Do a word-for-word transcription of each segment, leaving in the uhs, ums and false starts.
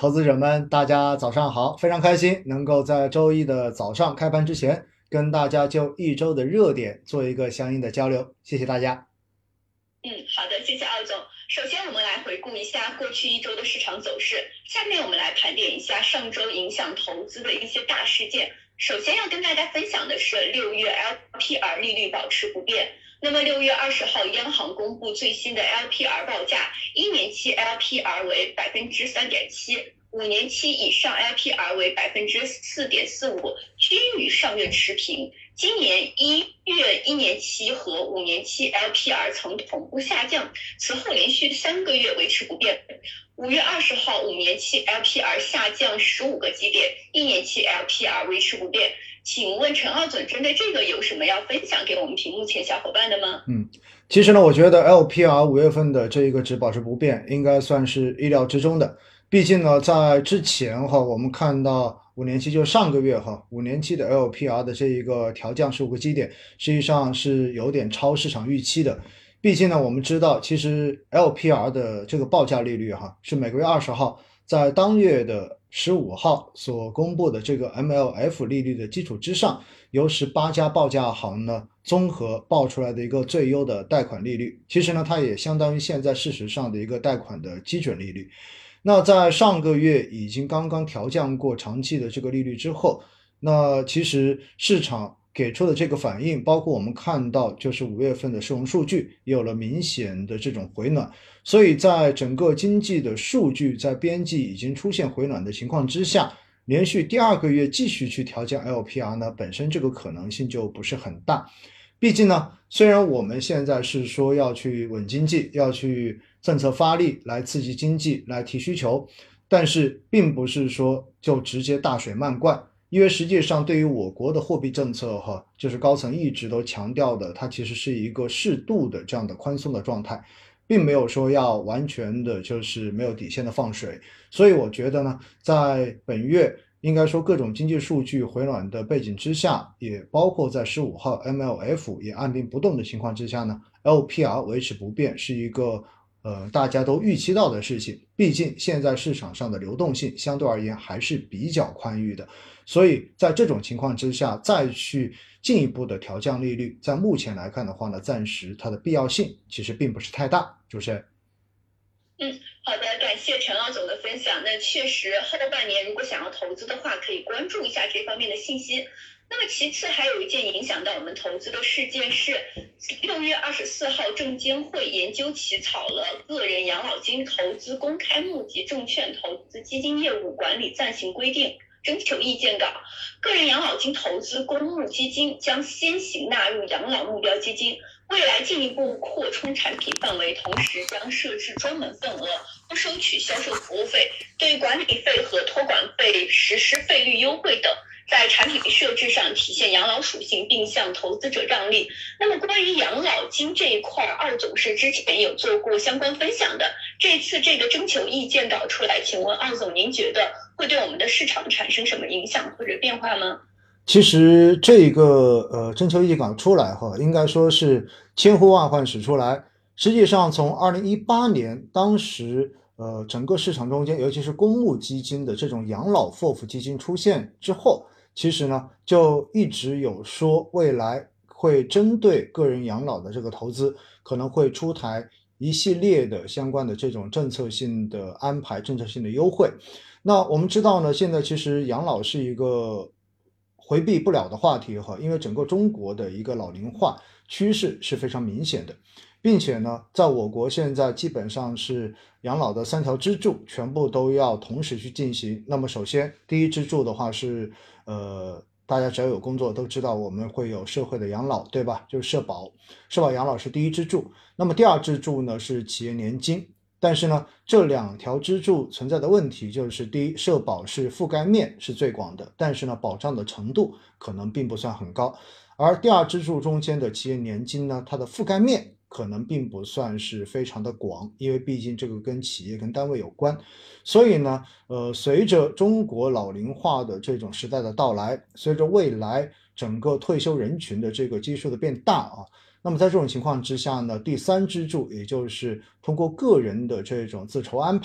投资者们，大家早上好！非常开心能够在周一的早上开盘之前，跟大家就一周的热点做一个相应的交流。谢谢大家。 嗯，好的，谢谢奥总。首先，我们来回顾一下过去一周的市场走势。下面我们来盘点一下上周影响投资的一些大事件。首先要跟大家分享的是六月 L P R 利率保持不变。那么六月二十号，央行公布最新的 L P R 报价，一年期 L P R 为百分之三点七。五年期以上 L P R 为百分之四点四五，均与上月持平。今年一月一年期和五年期 L P R 曾同步下降，此后连续三个月维持不变。五月二十号，五年期 L P R 下降十五个基点，一年期 L P R 维持不变。请问陈奥总，针对这个有什么要分享给我们屏幕前小伙伴的吗？ 嗯，其实呢，我觉得 L P R 五月份的这一个值保持不变，应该算是意料之中的。毕竟呢，在之前哈，我们看到五年期就上个月哈，五年期的 L P R 的这一个调降十五个基点，实际上是有点超市场预期的。毕竟呢，我们知道，其实 L P R 的这个报价利率哈，是每个月二十号在当月的十五号所公布的这个 M L F 利率的基础之上，由十八家报价行呢综合报出来的一个最优的贷款利率。其实呢，它也相当于现在事实上的一个贷款的基准利率。那在上个月已经刚刚调降过长期的这个利率之后，那其实市场给出的这个反应，包括我们看到就是五月份的社融数据也有了明显的这种回暖，所以在整个经济的数据在边际已经出现回暖的情况之下，连续第二个月继续去调降 L P R 呢，本身这个可能性就不是很大。毕竟呢，虽然我们现在是说要去稳经济，要去政策发力来刺激经济，来提需求，但是并不是说就直接大水漫灌，因为实际上对于我国的货币政策哈，就是高层一直都强调的，它其实是一个适度的这样的宽松的状态，并没有说要完全的就是没有底线的放水。所以我觉得呢，在本月应该说各种经济数据回暖的背景之下，也包括在十五号 M L F 也按兵不动的情况之下呢， L P R 维持不变是一个呃大家都预期到的事情。毕竟现在市场上的流动性相对而言还是比较宽裕的，所以在这种情况之下再去进一步的调降利率，在目前来看的话呢，暂时它的必要性其实并不是太大。主持人。 嗯，好的，感谢陈老总的分享。那确实，后半年如果想要投资的话，可以关注一下这方面的信息。那么其次还有一件影响到我们投资的事件是，六月二十四号，证监会研究起草了个人养老金投资公开募集证券投资基金业务管理暂行规定征求意见稿，个人养老金投资公募基金将先行纳入养老目标基金，未来进一步扩充产品范围，同时将设置专门份额，不收取销售服务费，对管理费和托管费实施费率优惠等，在产品设置上体现养老属性，并向投资者让利。那么关于养老金这一块，二总是之前有做过相关分享的，这次这个征求意见稿出来，请问二总您觉得会对我们的市场产生什么影响或者变化吗？ 其实这个呃征求意见稿出来哈，应该说是千呼万唤始出来。实际上从二零一八年当时呃整个市场中间，尤其是公募基金的这种养老 F O F 基金出现之后，其实呢就一直有说未来会针对个人养老的这个投资，可能会出台一系列的相关的这种政策性的安排、政策性的优惠。那我们知道呢，现在其实养老是一个回避不了的话题哈，因为整个中国的一个老龄化趋势是非常明显的，并且呢，在我国现在基本上是养老的三条支柱全部都要同时去进行。那么首先第一支柱的话是呃大家只要有工作都知道我们会有社会的养老，对吧？就是社保，社保养老是第一支柱。那么第二支柱呢是企业年金。但是呢，这两条支柱存在的问题就是，第一，社保是覆盖面是最广的，但是呢，保障的程度可能并不算很高。而第二支柱中间的企业年金呢，它的覆盖面可能并不算是非常的广，因为毕竟这个跟企业跟单位有关。所以呢，呃，随着中国老龄化的这种时代的到来，随着未来整个退休人群的这个基数的变大啊，那么在这种情况之下呢，第三支柱也就是通过个人的这种自筹安排，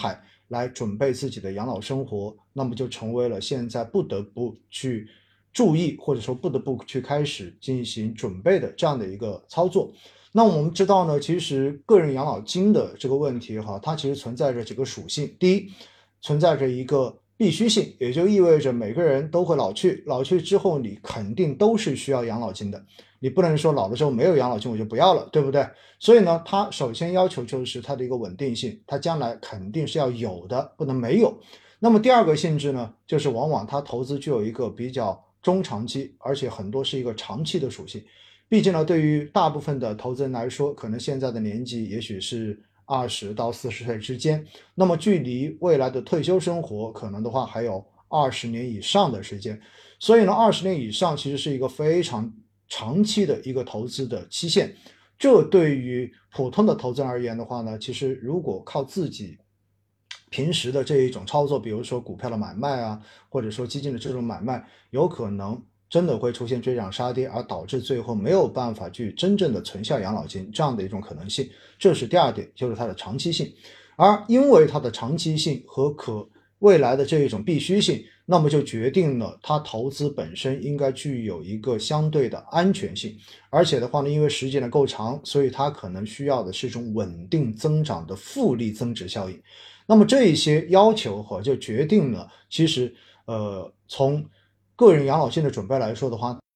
来准备自己的养老生活，那么就成为了现在不得不去注意，或者说不得不去开始进行准备的这样的一个操作。那我们知道呢，其实个人养老金的这个问题哈，它其实存在着几个属性。第一，存在着一个必须性，也就意味着每个人都会老去，老去之后你肯定都是需要养老金的，你不能说老了之后没有养老金我就不要了，对不对？所以呢，它首先要求就是它的一个稳定性，它将来肯定是要有的，不能没有。那么第二个性质呢，就是往往它投资具有一个比较中长期，而且很多是一个长期的属性。毕竟呢，对于大部分的投资人来说，可能现在的年纪也许是二十到四十岁之间，那么距离未来的退休生活可能的话还有二十年以上的时间。所以呢，二十年以上其实是一个非常长期的一个投资的期限。这对于普通的投资人而言的话呢，其实如果靠自己平时的这一种操作，比如说股票的买卖啊，或者说基金的这种买卖，有可能真的会出现追涨杀跌，而导致最后没有办法去真正的存下养老金这样的一种可能性。这是第二点，就是它的长期性。而因为它的长期性和可未来的这一种必须性，那么就决定了它投资本身应该具有一个相对的安全性。而且的话呢，因为时间的够长，所以它可能需要的是一种稳定增长的复利增值效应。那么这一些要求和就决定了，其实呃，从个人养老金的准备来说的话，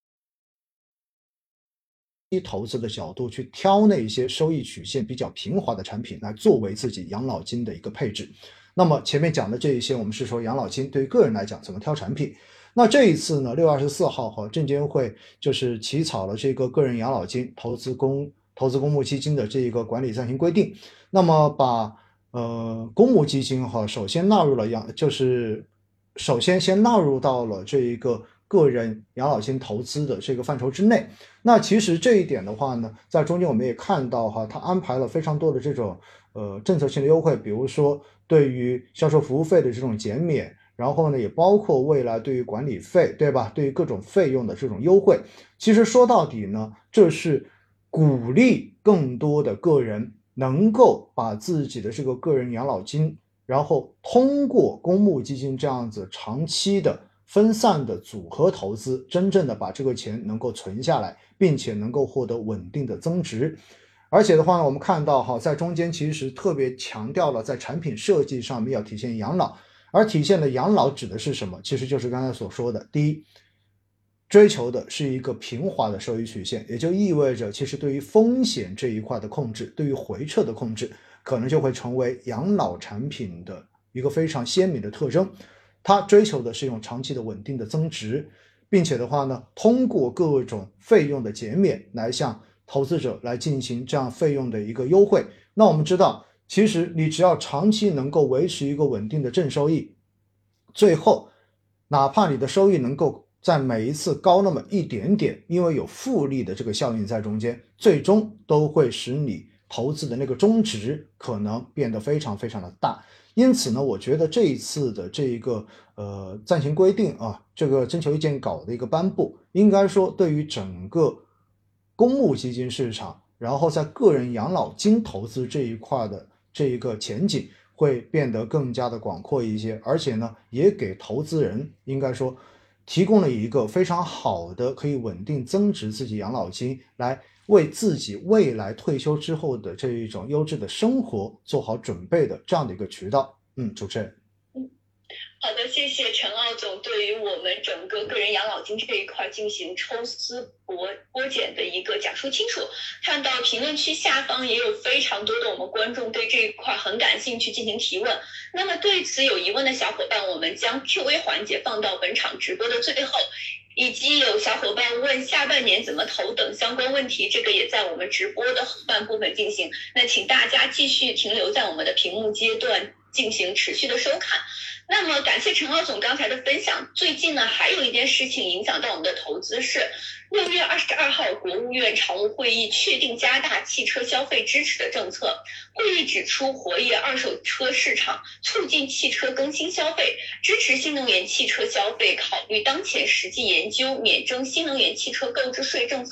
投资的角度去挑那些收益曲线比较平滑的产品来作为自己养老金的一个配置。那么前面讲的这一些，我们是说养老金对于个人来讲怎么挑产品。那这一次呢，六月二十四号和证监会就是起草了这个个人养老金投资公投资公募基金的这一个管理暂行规定。那么把呃公募基金哈，首先纳入了养就是首先先纳入到了这一个个人养老金投资的这个范畴之内。那其实这一点的话呢，在中间我们也看到哈，它安排了非常多的这种呃政策性的优惠，比如说对于销售服务费的这种减免，然后呢也包括未来对于管理费，对吧？对于各种费用的这种优惠。其实说到底呢，这是鼓励更多的个人能够把自己的这个个人养老金，然后通过公募基金这样子长期的分散的组合投资，真正的把这个钱能够存下来，并且能够获得稳定的增值。而且的话呢，我们看到哈，在中间其实特别强调了在产品设计上面要体现养老，而体现的养老指的是什么？其实就是刚才所说的，第一，追求的是一个平滑的收益曲线，也就意味着其实对于风险这一块的控制，对于回撤的控制，可能就会成为养老产品的一个非常鲜明的特征。它追求的是一种长期的稳定的增值，并且的话呢，通过各种费用的减免来向投资者来进行这样费用的一个优惠。那我们知道，其实你只要长期能够维持一个稳定的正收益，最后哪怕你的收益能够在每一次高那么一点点，因为有复利的这个效应在中间，最终都会使你投资的那个中值可能变得非常非常的大。因此呢，我觉得这一次的这一个呃暂行规定啊，这个征求意见稿的一个颁布，应该说对于整个公募基金市场，然后在个人养老金投资这一块的这一个前景会变得更加的广阔一些，而且呢，也给投资人应该说提供了一个非常好的可以稳定增值自己养老金，来为自己未来退休之后的这一种优质的生活做好准备的这样的一个渠道。嗯，主持人。 好的，谢谢陈奥总对于我们整个个人养老金这一块进行抽丝剥剥茧的一个讲述清楚。看到评论区下方也有非常多的我们观众对这一块很感兴趣进行提问。那么对此有疑问的小伙伴，我们将 Q A 环节放到本场直播的最后，以及有小伙伴问下半年怎么投等相关问题，这个也在我们直播的后半部分进行。那请大家继续停留在我们的屏幕阶段进行持续的收看。那么感谢陈奥总刚才的分享。最近呢，还有一件事情影响到我们的投资是六月二十二号国务院常务会议确定加大汽车消费支持的政策。会议指出，活跃二手车市场，促进汽车更新消费，支持新能源汽车消费，考虑当前实际研究免征新能源汽车购置税政策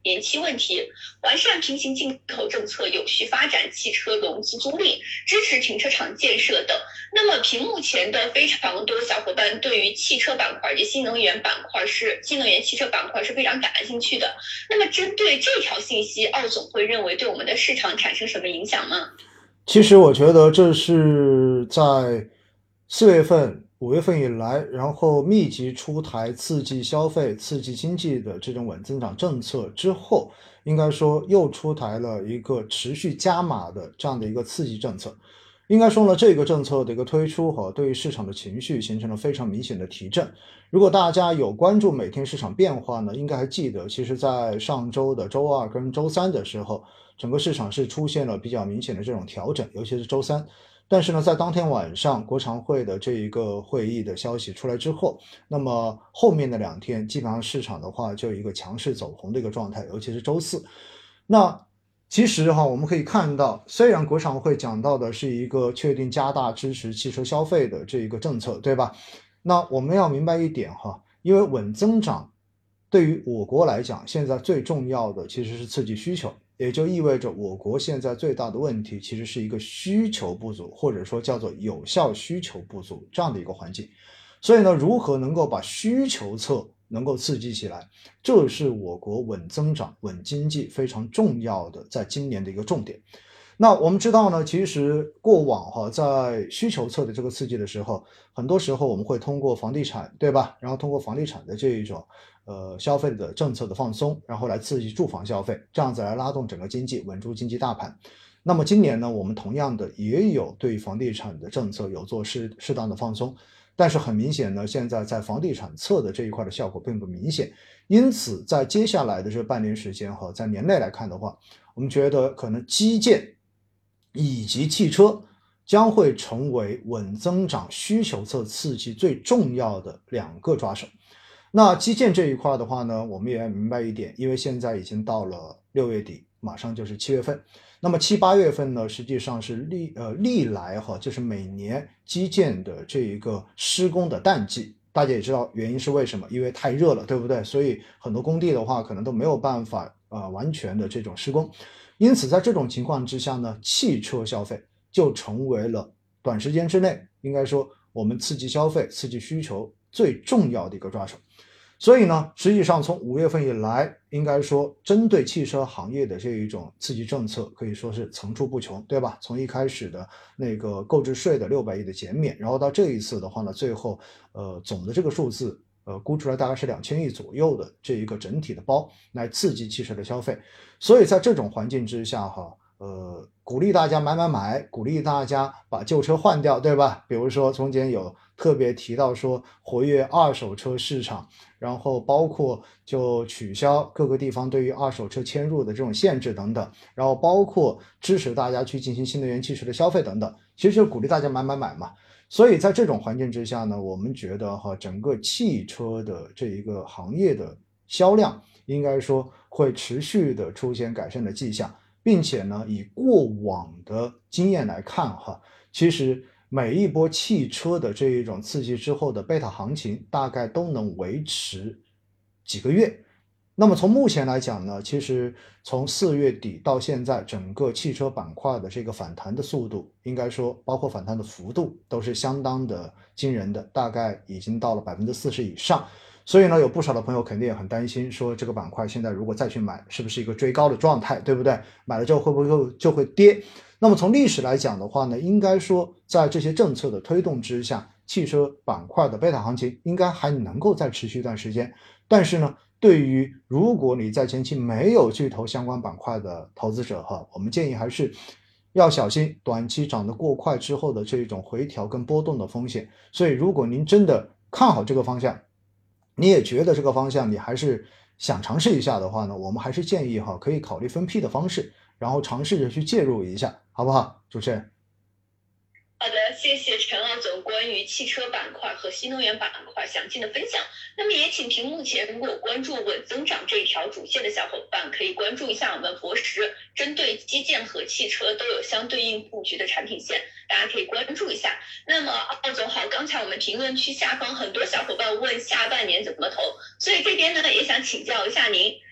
延期问题，完善平行进口政策，有序发展汽车融资租赁，支持停车场建设等。那么屏幕前的非常多小伙伴对于汽车板块以及新能源板块是新能源汽车板块是非常感兴趣的。那么针对这条信息，奥总会认为对我们的市场产生什么影响吗？ 其实我觉得这是在四月份、五月份以来，然后密集出台刺激消费、刺激经济的这种稳增长政策之后，应该说又出台了一个持续加码的这样的一个刺激政策。应该说呢，这个政策的一个推出和对于市场的情绪形成了非常明显的提振。如果大家有关注每天市场变化呢，应该还记得，其实在上周的周二跟周三的时候，整个市场是出现了比较明显的这种调整，尤其是周三。但是呢，在当天晚上国常会的这一个会议的消息出来之后，那么后面的两天基本上市场的话就有一个强势走红的一个状态，尤其是周四。那其实哈，我们可以看到，虽然国常会讲到的是一个确定加大支持汽车消费的这一个政策，对吧？那我们要明白一点哈，因为稳增长对于我国来讲，现在最重要的其实是刺激需求，也就意味着我国现在最大的问题其实是一个需求不足，或者说叫做有效需求不足这样的一个环境。所以呢，如何能够把需求侧能够刺激起来，这是我国稳增长、稳经济非常重要的在今年的一个重点。那我们知道呢，其实过往哈，在需求侧的这个刺激的时候，很多时候我们会通过房地产，对吧？然后通过房地产的这一种呃消费的政策的放松，然后来刺激住房消费，这样子来拉动整个经济，稳住经济大盘。那么今年呢，我们同样的也有对房地产的政策有做适适当的放松。但是很明显呢，现在在房地产侧的这一块的效果并不明显，因此在接下来的这半年时间和在年内来看的话，我们觉得可能基建以及汽车将会成为稳增长需求侧刺激最重要的两个抓手。那基建这一块的话呢，我们也要明白一点，因为现在已经到了六月底，马上就是七月份。那么七八月份呢，实际上是历呃历来哈，就是每年基建的这一个施工的淡季。大家也知道原因是为什么，因为太热了，对不对？所以很多工地的话，可能都没有办法呃完全的这种施工。因此，在这种情况之下呢，汽车消费就成为了短时间之内应该说我们刺激消费、刺激需求最重要的一个抓手。所以呢，实际上从五月份以来，应该说针对汽车行业的这一种刺激政策可以说是层出不穷，对吧？从一开始的那个购置税的六百亿的减免，然后到这一次的话呢，最后呃总的这个数字呃估出来大概是两千亿左右的这一个整体的包来刺激汽车的消费。所以在这种环境之下哈，呃，鼓励大家买买买，鼓励大家把旧车换掉，对吧？比如说中间有特别提到说活跃二手车市场，然后包括就取消各个地方对于二手车迁入的这种限制等等，然后包括支持大家去进行新能源汽车的消费等等，其实就鼓励大家买买买嘛。所以在这种环境之下呢，我们觉得哈，整个汽车的这一个行业的销量应该说会持续的出现改善的迹象，并且呢，以过往的经验来看哈，其实每一波汽车的这一种刺激之后的贝塔行情大概都能维持几个月。那么从目前来讲呢，其实从四月底到现在，整个汽车板块的这个反弹的速度，应该说包括反弹的幅度都是相当的惊人的，大概已经到了百分之四十以上。所以呢，有不少的朋友肯定也很担心，说这个板块现在如果再去买，是不是一个追高的状态，对不对？买了之后会不会就会跌？那么从历史来讲的话呢，应该说在这些政策的推动之下，汽车板块的贝塔行情应该还能够再持续一段时间。但是呢，对于如果你在前期没有去投相关板块的投资者哈，我们建议还是要小心短期涨得过快之后的这种回调跟波动的风险。所以如果您真的看好这个方向，你也觉得这个方向你还是想尝试一下的话呢，我们还是建议哈，可以考虑分批的方式，然后尝试着去介入一下，好不好？主持人。 好的，谢谢陈奥总关于汽车板块和新能源板块详尽的分享。那么也请屏幕前如果关注稳增长这一条主线的小伙伴，可以关注一下我们博时针对基建和汽车都有相对应布局的产品线，大家可以关注一下。那么奥总好，刚才我们评论区下方很多小伙伴问下半年怎么投，所以这边呢也想请教一下您，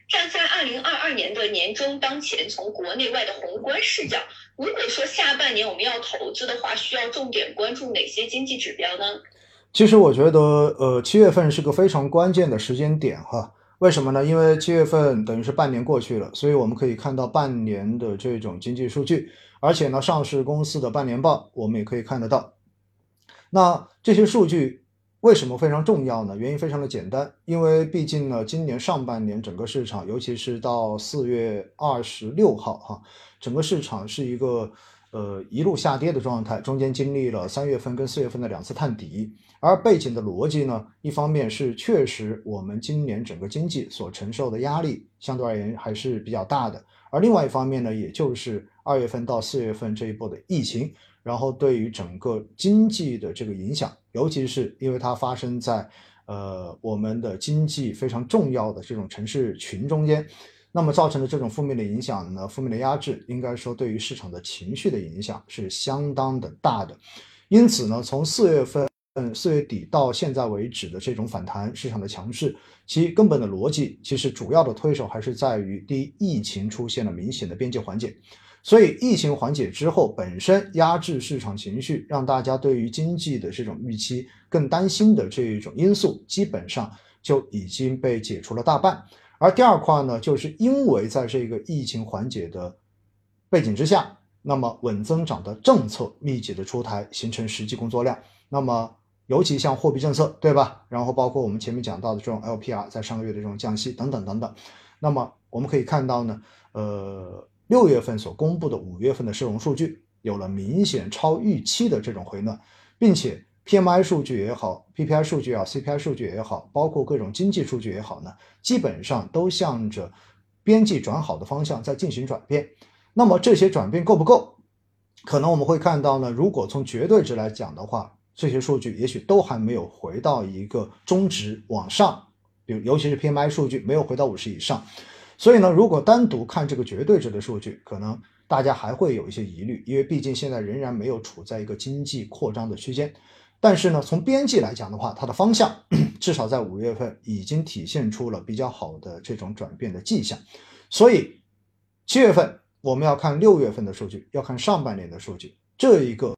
站在二零二二年的年中当前，从国内外的宏观视角，如果说下半年我们要投资的话，需要重点关注哪些经济指标呢？ 其实我觉得，呃，七月份是个非常关键的时间点哈。为什么呢？因为七月份等于是半年过去了，所以我们可以看到半年的这种经济数据，而且呢，上市公司的半年报我们也可以看得到。那这些数据为什么非常重要呢？原因非常的简单，因为毕竟呢，今年上半年整个市场，尤其是到四月二十六号哈，整个市场是一个呃一路下跌的状态，中间经历了三月份跟四月份的两次探底。而背景的逻辑呢，一方面是确实我们今年整个经济所承受的压力相对而言还是比较大的，而另外一方面呢，也就是二月份到四月份这一波的疫情，然后对于整个经济的这个影响，尤其是因为它发生在呃我们的经济非常重要的这种城市群中间，那么造成的这种负面的影响呢，负面的压制，应该说对于市场的情绪的影响是相当的大的。因此呢，从四月份嗯，四月底到现在为止的这种反弹市场的强势，其根本的逻辑其实主要的推手还是在于第一，疫情出现了明显的边界缓解，所以疫情缓解之后本身压制市场情绪，让大家对于经济的这种预期更担心的这种因素基本上就已经被解除了大半。而第二块呢，就是因为在这个疫情缓解的背景之下，那么稳增长的政策密集的出台，形成实际工作量，那么尤其像货币政策，对吧？然后包括我们前面讲到的这种 L P R 在上个月的这种降息等等等等。那么我们可以看到呢，呃，六月份所公布的五月份的社融数据有了明显超预期的这种回暖，并且 P M I 数据也好 ，P P I 数据也好 ，C P I 数据也好，包括各种经济数据也好呢，基本上都向着边际转好的方向在进行转变。那么这些转变够不够？可能我们会看到呢，如果从绝对值来讲的话，这些数据也许都还没有回到一个中值往上，比如尤其是 P M I 数据没有回到五十以上，所以呢，如果单独看这个绝对值的数据，可能大家还会有一些疑虑，因为毕竟现在仍然没有处在一个经济扩张的区间。但是呢，从边际来讲的话，它的方向至少在五月份已经体现出了比较好的这种转变的迹象，所以七月份我们要看六月份的数据，要看上半年的数据，这一个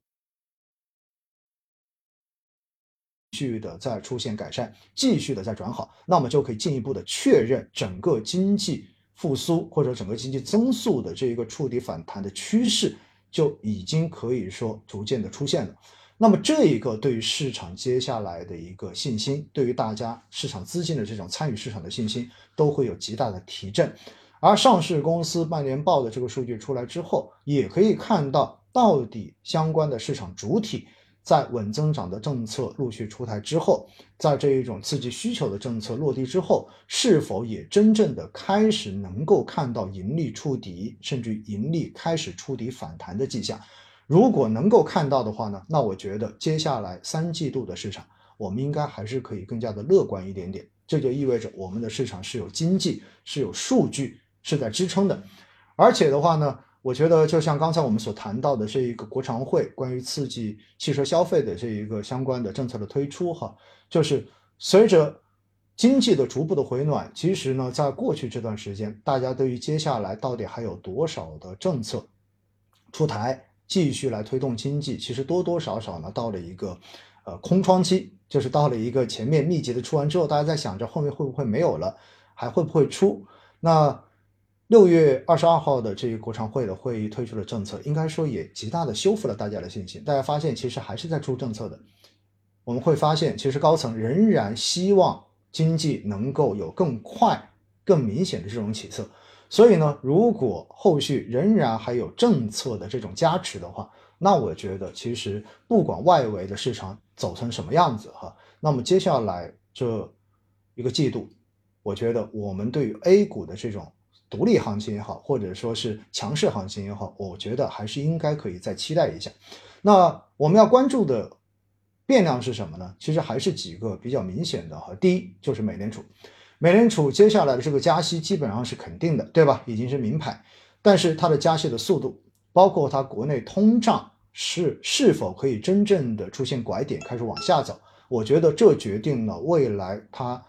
继续的在出现改善，继续的在转好，那么就可以进一步的确认整个经济复苏或者整个经济增速的这一个触底反弹的趋势就已经可以说逐渐的出现了。那么这一个对于市场接下来的一个信心，对于大家市场资金的这种参与市场的信心都会有极大的提振。而上市公司半年报的这个数据出来之后，也可以看到到底相关的市场主体在稳增长的政策陆续出台之后，在这一种刺激需求的政策落地之后，是否也真正的开始能够看到盈利触底，甚至盈利开始触底反弹的迹象。如果能够看到的话呢，那我觉得接下来三季度的市场我们应该还是可以更加的乐观一点点，这就意味着我们的市场是有经济是有数据是在支撑的。而且的话呢，我觉得就像刚才我们所谈到的这一个国常会关于刺激汽车消费的这一个相关的政策的推出哈，就是随着经济的逐步的回暖，其实呢在过去这段时间，大家对于接下来到底还有多少的政策出台继续来推动经济，其实多多少少呢到了一个呃空窗期，就是到了一个前面密集的出完之后，大家在想着后面会不会没有了，还会不会出。那六月二十二号的这个国常会的会议推出的政策，应该说也极大的修复了大家的信心。大家发现其实还是在出政策的，我们会发现其实高层仍然希望经济能够有更快更明显的这种起色。所以呢，如果后续仍然还有政策的这种加持的话，那我觉得其实不管外围的市场走成什么样子哈，那么接下来这一个季度，我觉得我们对于 A 股的这种独立行情也好，或者说是强势行情也好，我觉得还是应该可以再期待一下。那我们要关注的变量是什么呢？其实还是几个比较明显的哈。第一就是美联储，美联储接下来的这个加息基本上是肯定的，对吧？已经是明牌，但是它的加息的速度，包括它国内通胀是是否可以真正的出现拐点开始往下走，我觉得这决定了未来它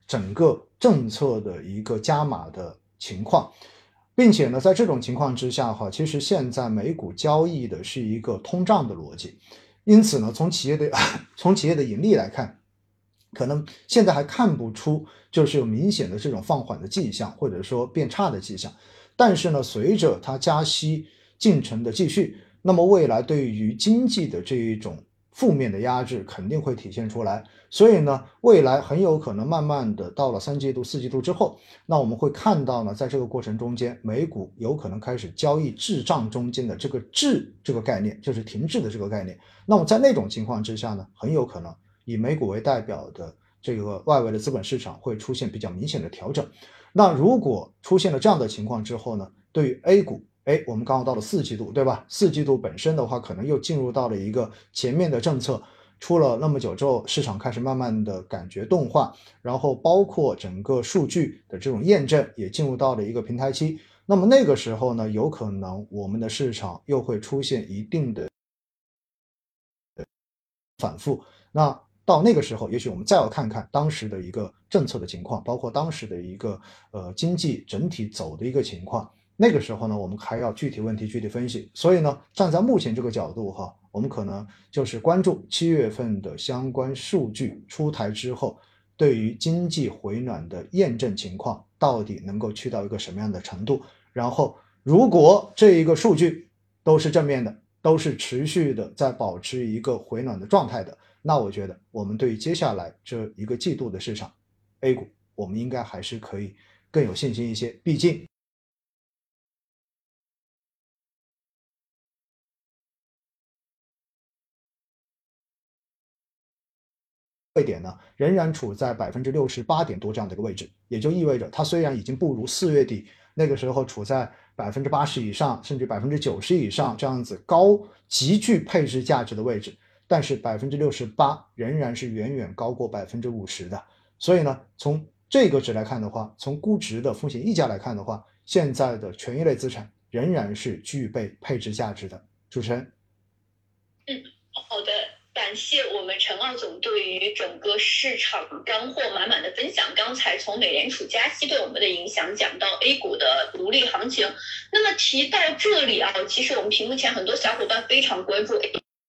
整个政策的一个加码的情况。并且呢，在这种情况之下哈，其实现在美股交易的是一个通胀的逻辑，因此呢，从企业的从企业的盈利来看，可能现在还看不出就是有明显的这种放缓的迹象，或者说变差的迹象。但是呢，随着它加息进程的继续，那么未来对于经济的这一种负面的压制肯定会体现出来。所以呢，未来很有可能慢慢的到了三季度、四季度之后，那我们会看到呢，在这个过程中间，美股有可能开始交易滞胀中间的这个滞这个概念，就是停滞的这个概念。那么在那种情况之下呢，很有可能以美股为代表的这个外围的资本市场会出现比较明显的调整。那如果出现了这样的情况之后呢，对于 A 股，哎，我们刚好到了四季度，对吧？四季度本身的话，可能又进入到了一个前面的政策出了那么久之后，市场开始慢慢的感觉钝化，然后包括整个数据的这种验证也进入到了一个平台期。那么那个时候呢，有可能我们的市场又会出现一定的反复。那到那个时候，也许我们再要看看当时的一个政策的情况，包括当时的一个呃经济整体走的一个情况。那个时候呢，我们还要具体问题具体分析。所以呢，站在目前这个角度哈，我们可能就是关注七月份的相关数据出台之后，对于经济回暖的验证情况到底能够去到一个什么样的程度。然后，如果这一个数据都是正面的，都是持续的在保持一个回暖的状态的，那我觉得我们对于接下来这一个季度的市场 A 股，我们应该还是可以更有信心一些。毕竟位点呢，仍然处在百分之六十八点多这样的一个位置，也就意味着它虽然已经不如四月底那个时候处在百分之八十以上，甚至百分之九十以上这样子高极具配置价值的位置，但是百分之六十八仍然是远远高过百分之五十的。所以呢，从这个值来看的话，从估值的风险溢价来看的话，现在的权益类资产仍然是具备配置价值的。主持人。 嗯，好的。感谢我们陈奥总对于整个市场干货满满的分享。刚才从美联储加息对我们的影响讲到 A 股的独立行情，那么提到这里啊，其实我们屏幕前很多小伙伴非常关注 A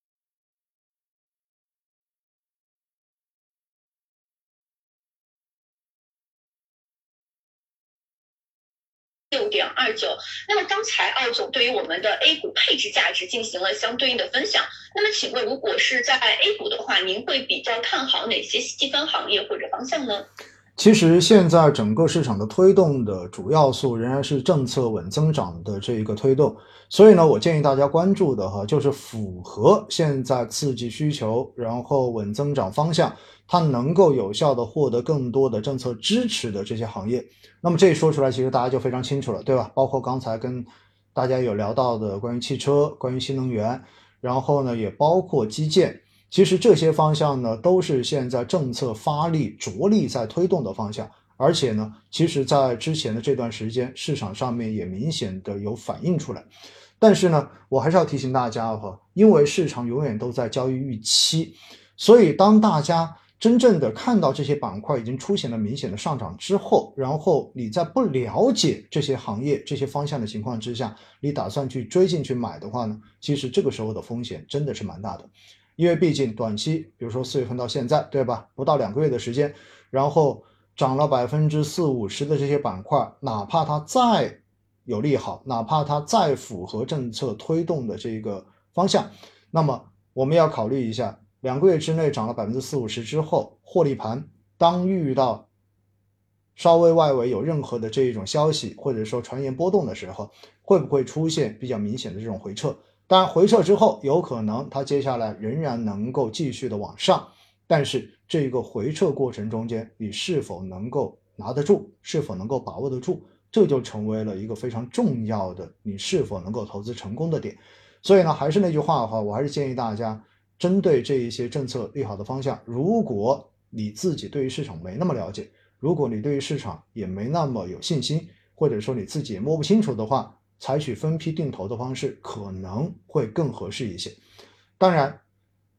六点二九。那么刚才奥总对于我们的 A 股配置价值进行了相对应的分享。那么请问，如果是在 A 股的话，您会比较看好哪些细分行业或者方向呢？ 其实现在整个市场的推动的主要素仍然是政策稳增长的这一个推动，所以呢，我建议大家关注的哈，就是符合现在刺激需求，然后稳增长方向，它能够有效的获得更多的政策支持的这些行业。那么这一说出来，其实大家就非常清楚了，对吧？包括刚才跟大家有聊到的关于汽车、关于新能源，然后呢，也包括基建。其实这些方向呢，都是现在政策发力着力在推动的方向，而且呢，其实在之前的这段时间，市场上面也明显的有反映出来。但是呢，我还是要提醒大家哈，因为市场永远都在交易预期，所以当大家真正的看到这些板块已经出现了明显的上涨之后，然后你在不了解这些行业、这些方向的情况之下，你打算去追进去买的话呢，其实这个时候的风险真的是蛮大的。因为毕竟短期，比如说四月份到现在，对吧？不到两个月的时间，然后涨了百分之四五十的这些板块，哪怕它再有利好，哪怕它再符合政策推动的这个方向，那么我们要考虑一下，两个月之内涨了百分之四五十之后，获利盘当遇到稍微外围有任何的这一种消息，或者说传言波动的时候，会不会出现比较明显的这种回撤？当然回撤之后有可能它接下来仍然能够继续的往上，但是这个回撤过程中间你是否能够拿得住，是否能够把握得住，这就成为了一个非常重要的你是否能够投资成功的点。所以呢，还是那句话的话，我还是建议大家针对这一些政策利好的方向，如果你自己对于市场没那么了解，如果你对于市场也没那么有信心，或者说你自己也摸不清楚的话，采取分批定投的方式可能会更合适一些。当然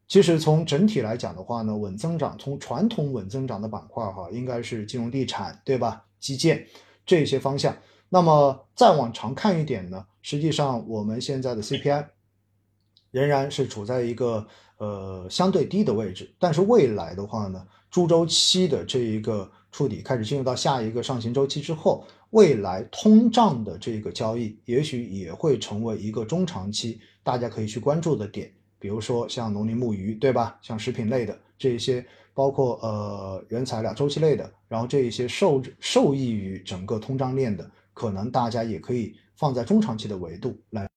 其实从整体来讲的话呢，稳增长，从传统稳增长的板块哈，应该是金融地产，对吧？基建这些方向。那么再往长看一点呢，实际上我们现在的 C P I 仍然是处在一个呃相对低的位置，但是未来的话呢，猪周期的这一个触底开始进入到下一个上行周期之后，未来通胀的这个交易也许也会成为一个中长期大家可以去关注的点。比如说像农林牧渔，对吧？像食品类的这一些，包括呃原材料周期类的，然后这一些受受益于整个通胀链的，可能大家也可以放在中长期的维度来。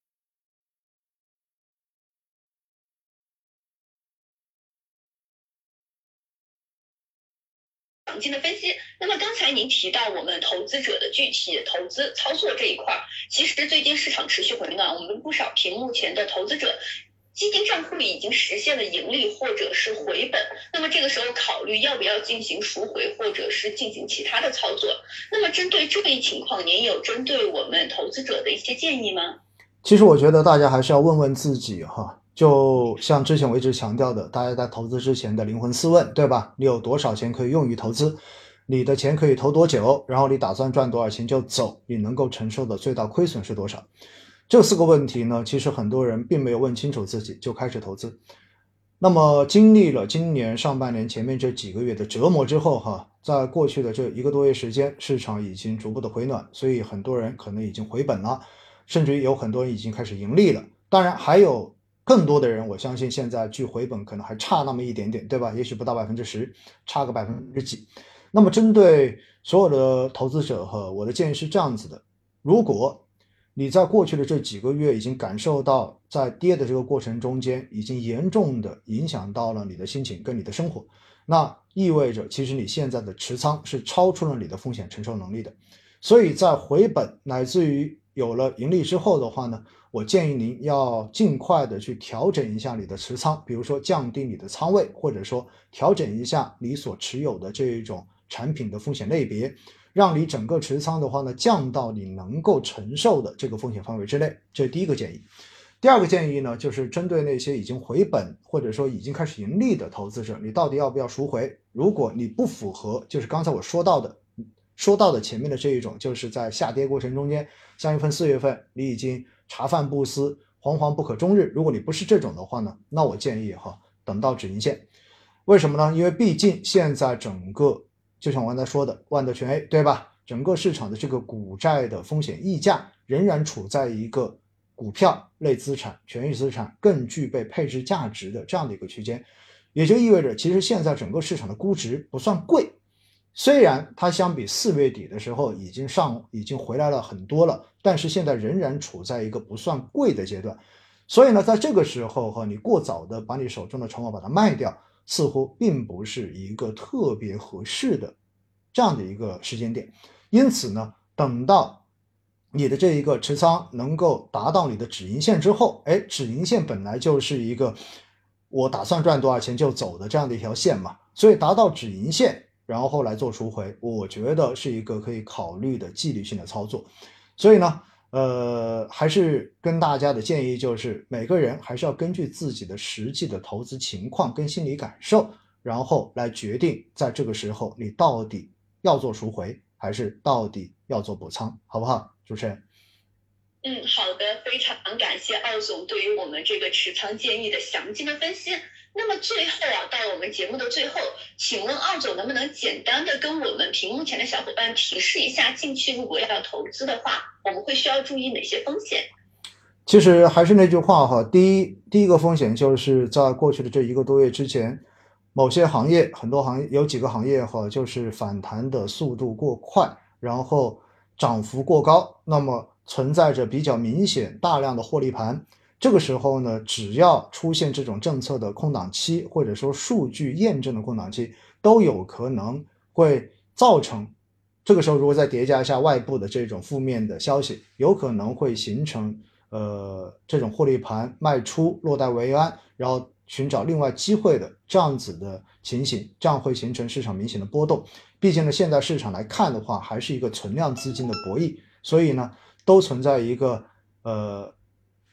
详尽的分析。那么刚才您提到我们投资者的具体投资操作这一块，其实最近市场持续回暖，我们不少屏幕前的投资者基金账户里已经实现了盈利或者是回本，那么这个时候考虑要不要进行赎回或者是进行其他的操作。那么针对这一情况，您有针对我们投资者的一些建议吗？ 其实我觉得大家还是要问问自己哈，就像之前我一直强调的，大家在投资之前的灵魂四问，对吧？你有多少钱可以用于投资？你的钱可以投多久？然后你打算赚多少钱就走？你能够承受的最大亏损是多少？这四个问题呢，其实很多人并没有问清楚自己就开始投资。那么经历了今年上半年前面这几个月的折磨之后哈，在过去的这一个多月时间，市场已经逐步的回暖，所以很多人可能已经回本了，甚至于有很多人已经开始盈利了。当然还有更多的人，我相信现在距回本可能还差那么一点点，对吧？也许不到百分之十，差个百分之几。那么针对所有的投资者哈，我的建议是这样子的：如果你在过去的这几个月已经感受到在跌的这个过程中间已经严重的影响到了你的心情跟你的生活，那意味着其实你现在的持仓是超出了你的风险承受能力的。所以在回本乃至于有了盈利之后的话呢，我建议您要尽快的去调整一下你的持仓，比如说降低你的仓位，或者说调整一下你所持有的这一种产品的风险类别，让你整个持仓的话呢，降到你能够承受的这个风险范围之内，这是第一个建议。第二个建议呢，就是针对那些已经回本或者说已经开始盈利的投资者，你到底要不要赎回？如果你不符合，就是刚才我说到的，说到的前面的这一种，就是在下跌过程中间，三月份、四月份你已经茶饭不思、惶惶不可终日。如果你不是这种的话呢，那我建议哈，等到止盈线。为什么呢？因为毕竟现在整个就像我刚才说的万德全 A 对吧，整个市场的这个股债的风险溢价仍然处在一个股票类资产、权益资产更具备配置价值的这样的一个区间，也就意味着其实现在整个市场的估值不算贵，虽然它相比四月底的时候已经上已经回来了很多了，但是现在仍然处在一个不算贵的阶段。所以呢，在这个时候哈，你过早的把你手中的筹码把它卖掉，似乎并不是一个特别合适的这样的一个时间点。因此呢，等到你的这一个持仓能够达到你的止盈线之后，哎，止盈线本来就是一个我打算赚多少钱就走的这样的一条线嘛，所以达到止盈线然后后来做赎回，我觉得是一个可以考虑的纪律性的操作。所以呢呃，还是跟大家的建议就是，每个人还是要根据自己的实际的投资情况跟心理感受，然后来决定在这个时候你到底要做赎回，还是到底要做补仓，好不好？主持人。 嗯，好的，非常感谢奥总对于我们这个持仓建议的详尽的分析。那么最后啊，到我们节目的最后，请问奥总能不能简单的跟我们屏幕前的小伙伴提示一下，近期如果要投资的话，我们会需要注意哪些风险？ 其实还是那句话哈，第一第一个风险就是在过去的这一个多月之前，某些行业很多行业有几个行业哈，就是反弹的速度过快，然后涨幅过高，那么存在着比较明显大量的获利盘。这个时候呢，只要出现这种政策的空档期，或者说数据验证的空档期，都有可能会造成，这个时候如果再叠加一下外部的这种负面的消息，有可能会形成呃这种获利盘卖出落袋为安，然后寻找另外机会的这样子的情形，这样会形成市场明显的波动。毕竟呢，现在市场来看的话，还是一个存量资金的博弈，所以呢，都存在一个呃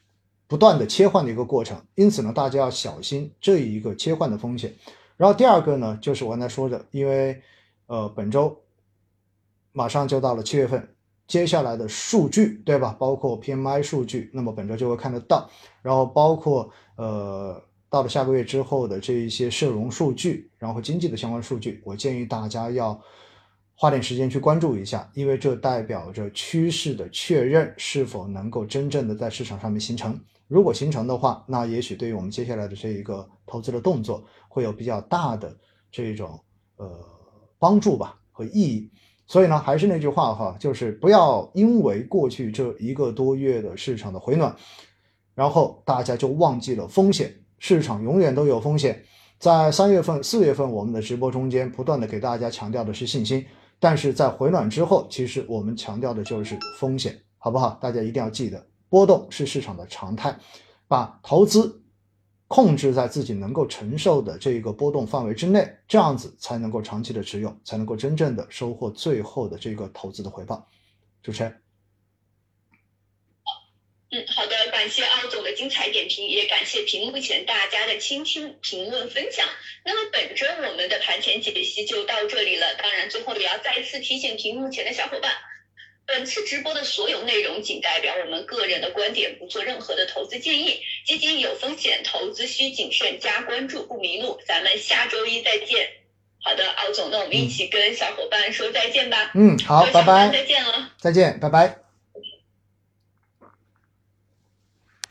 不断的切换的一个过程，因此呢，大家要小心这一个切换的风险。然后第二个呢，就是我刚才说的，因为呃本周马上就到了七月份，接下来的数据，对吧？包括 P M I 数据，那么本周就会看得到，然后包括呃到了下个月之后的这一些社融数据，然后经济的相关数据，我建议大家要花点时间去关注一下，因为这代表着趋势的确认是否能够真正的在市场上面形成。如果形成的话，那也许对于我们接下来的这一个投资的动作会有比较大的这种呃帮助吧和意义。所以呢，还是那句话哈，就是不要因为过去这一个多月的市场的回暖，然后大家就忘记了风险。市场永远都有风险。在三月份、四月份我们的直播中间，不断的给大家强调的是信心，但是在回暖之后，其实我们强调的就是风险，好不好？大家一定要记得，波动是市场的常态，把投资控制在自己能够承受的这个波动范围之内，这样子才能够长期的持有，才能够真正的收获最后的这个投资的回报。主持人。 嗯，好的，感谢奥总的精彩点评，也感谢屏幕前大家的倾听、评论、分享。那么本周我们的盘前解析就到这里了，当然最后也要再次提醒屏幕前的小伙伴，本次直播的所有内容仅代表我们个人的观点，不做任何的投资建议。基金有风险，投资需谨慎，加关注不迷路。咱们下周一再见。好的，奥总，那我们一起跟小伙伴说再见吧。 嗯，好，拜拜。 再见了。 再见，拜拜。